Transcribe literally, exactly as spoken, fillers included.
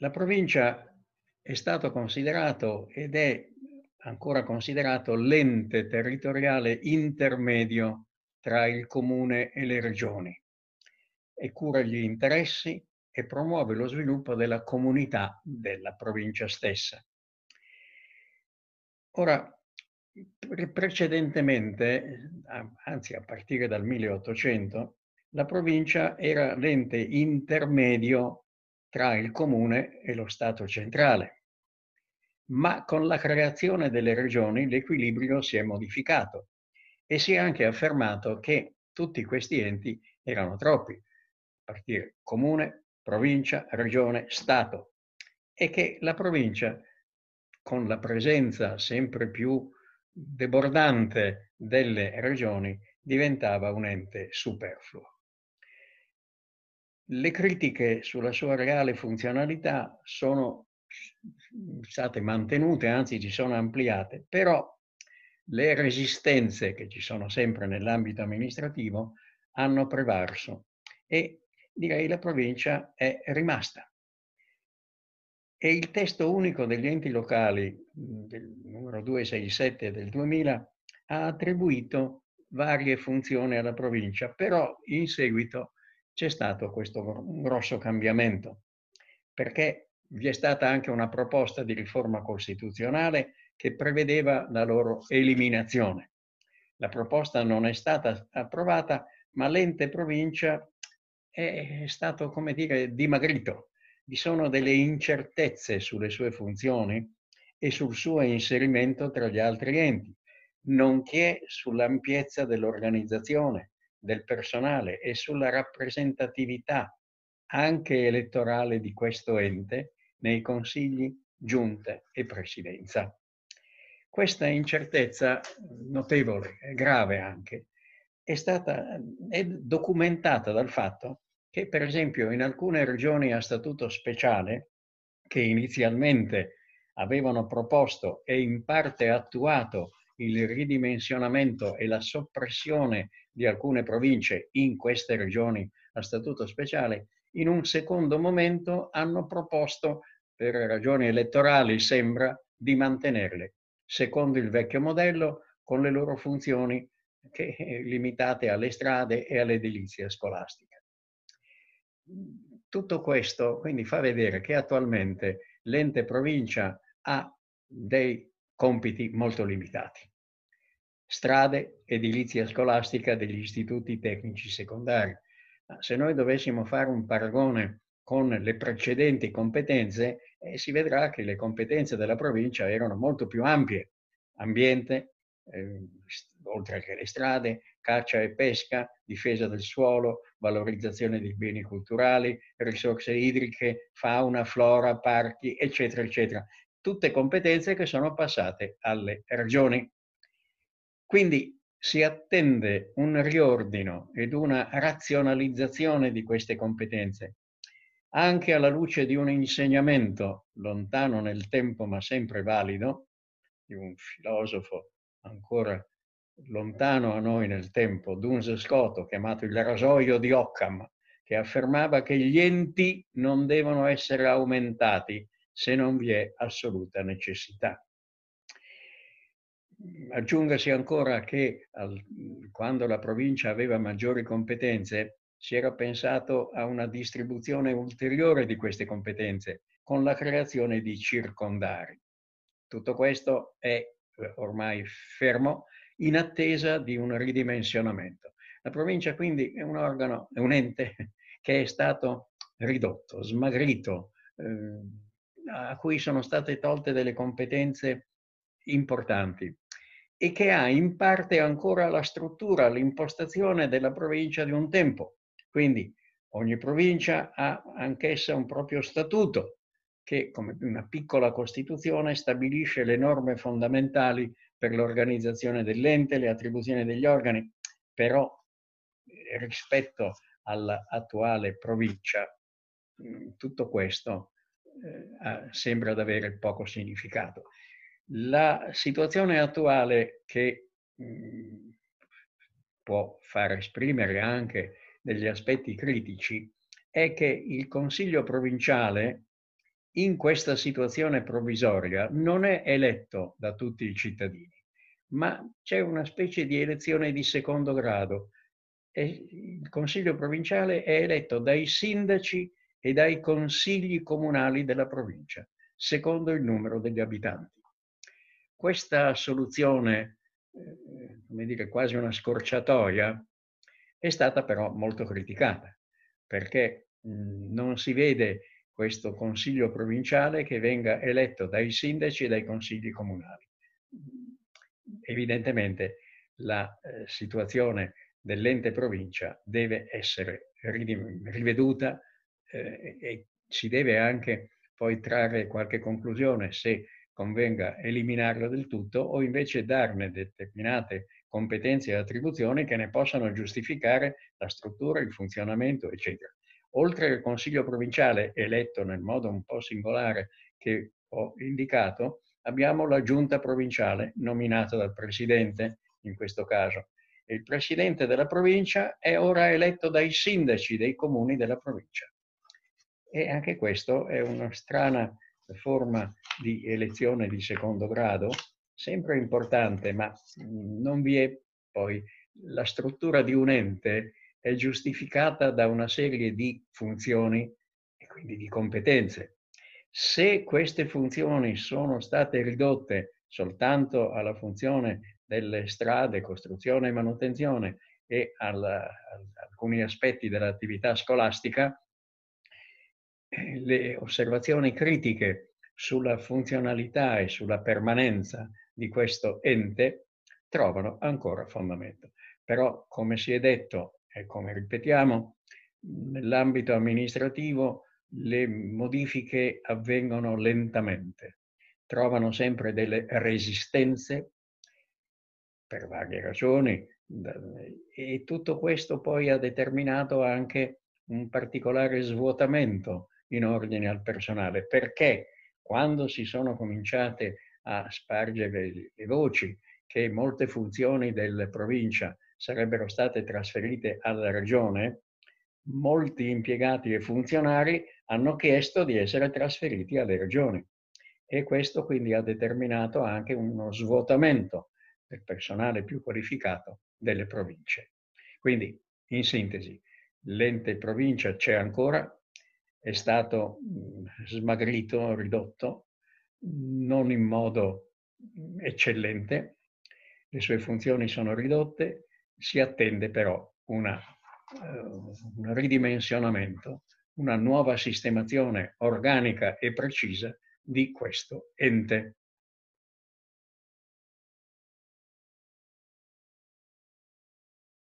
La provincia è stato considerato ed è ancora considerato l'ente territoriale intermedio tra il comune e le regioni e cura gli interessi e promuove lo sviluppo della comunità della provincia stessa. Ora, pre precedentemente, a anzi a partire dal milleottocento, la provincia era l'ente intermedio tra il comune e lo Stato centrale. Ma con la creazione delle regioni l'equilibrio si è modificato e si è anche affermato che tutti questi enti erano troppi, a partire comune, provincia, regione, Stato, e che la provincia, con la presenza sempre più debordante delle regioni, diventava un ente superfluo. Le critiche sulla sua reale funzionalità sono state mantenute, anzi si sono ampliate, però le resistenze che ci sono sempre nell'ambito amministrativo hanno prevalso e direi la provincia è rimasta. E il testo unico degli enti locali, mhmm, del numero duecentosessantasette del duemila, ha attribuito varie funzioni alla provincia, però in seguito c'è stato questo gro grosso cambiamento, perché vi è stata anche una proposta di riforma costituzionale che prevedeva la loro eliminazione. La proposta non è stata approvata, ma l'ente provincia è stato, come dire, dimagrito. Vi sono delle incertezze sulle sue funzioni e sul suo inserimento tra gli altri enti, nonché sull'ampiezza dell'organizzazione, del personale e sulla rappresentatività anche elettorale di questo ente nei consigli, giunte e presidenza. Questa incertezza notevole e grave anche è stata è documentata dal fatto che, per esempio, in alcune regioni a statuto speciale, che inizialmente avevano proposto e in parte attuato il ridimensionamento e la soppressione di alcune province in queste regioni a statuto speciale, in un secondo momento hanno proposto, per ragioni elettorali sembra, di mantenerle, secondo il vecchio modello, con le loro funzioni che, eh, limitate alle strade e all'edilizia scolastica. Tutto questo quindi fa vedere che attualmente l'ente provincia ha dei compiti molto limitati. Strade, edilizia scolastica degli istituti tecnici secondari. Ma se noi dovessimo fare un paragone con le precedenti competenze, eh, si vedrà che le competenze della provincia erano molto più ampie. Ambiente, eh, oltre che le strade, caccia e pesca, difesa del suolo, valorizzazione dei beni culturali, risorse idriche, fauna, flora, parchi, eccetera, eccetera. Tutte competenze che sono passate alle regioni. Quindi si attende un riordino ed una razionalizzazione di queste competenze, anche alla luce di un insegnamento lontano nel tempo ma sempre valido, di un filosofo ancora lontano a noi nel tempo, Duns Scoto, chiamato il rasoio di Occam, che affermava che gli enti non devono essere aumentati se non vi è assoluta necessità. Aggiungasi ancora che al, quando la provincia aveva maggiori competenze, si era pensato a una distribuzione ulteriore di queste competenze con la creazione di circondari. Tutto questo è ormai fermo in attesa di un ridimensionamento. La provincia quindi è un organo, è un ente che è stato ridotto, smagrito, eh, a cui sono state tolte delle competenze importanti e che ha in parte ancora la struttura, l'impostazione della provincia di un tempo. Quindi ogni provincia ha anch'essa un proprio statuto che, come una piccola Costituzione, stabilisce le norme fondamentali per l'organizzazione dell'ente, le attribuzioni degli organi, però eh, rispetto all'attuale provincia, mh, tutto questo eh, sembra ad avere poco significato. La situazione attuale che mh, può far esprimere anche degli aspetti critici è che il Consiglio provinciale in questa situazione provvisoria non è eletto da tutti i cittadini, ma c'è una specie di elezione di secondo grado. E il Consiglio provinciale è eletto dai sindaci e dai consigli comunali della provincia, secondo il numero degli abitanti. Questa soluzione, eh, come dire, quasi una scorciatoia, è stata però molto criticata, perché mh, non si vede questo Consiglio provinciale che venga eletto dai sindaci e dai consigli comunali. Evidentemente la eh, situazione dell'ente provincia deve essere riveduta eh, e si deve anche poi trarre qualche conclusione se convenga eliminarlo del tutto o invece darne determinate competenze e attribuzioni che ne possano giustificare la struttura, il funzionamento, eccetera. Oltre al Consiglio provinciale eletto nel modo un po' singolare che ho indicato, abbiamo la Giunta provinciale nominata dal Presidente in questo caso. E il Presidente della provincia è ora eletto dai sindaci dei comuni della provincia. E anche questo è una strana forma di elezione di secondo grado, sempre importante, ma non vi è poi la struttura di un ente è giustificata da una serie di funzioni e quindi di competenze. Se queste funzioni sono state ridotte soltanto alla funzione delle strade, costruzione e manutenzione e al, a alcuni aspetti dell'attività scolastica, le osservazioni critiche sulla funzionalità e sulla permanenza di questo ente trovano ancora fondamento. Però, come si è detto e come ripetiamo, nell'ambito amministrativo le modifiche avvengono lentamente, trovano sempre delle resistenze per varie ragioni e tutto questo poi ha determinato anche un particolare svuotamento in ordine al personale, perché quando si sono cominciate a spargere le voci che molte funzioni della provincia sarebbero state trasferite alla regione, molti impiegati e funzionari hanno chiesto di essere trasferiti alle regioni e questo quindi ha determinato anche uno svuotamento del personale più qualificato delle province. Quindi, in sintesi, l'ente provincia c'è ancora, è stato smagrito, ridotto, non in modo eccellente, le sue funzioni sono ridotte, si attende però una, uh, un ridimensionamento, una nuova sistemazione organica e precisa di questo ente.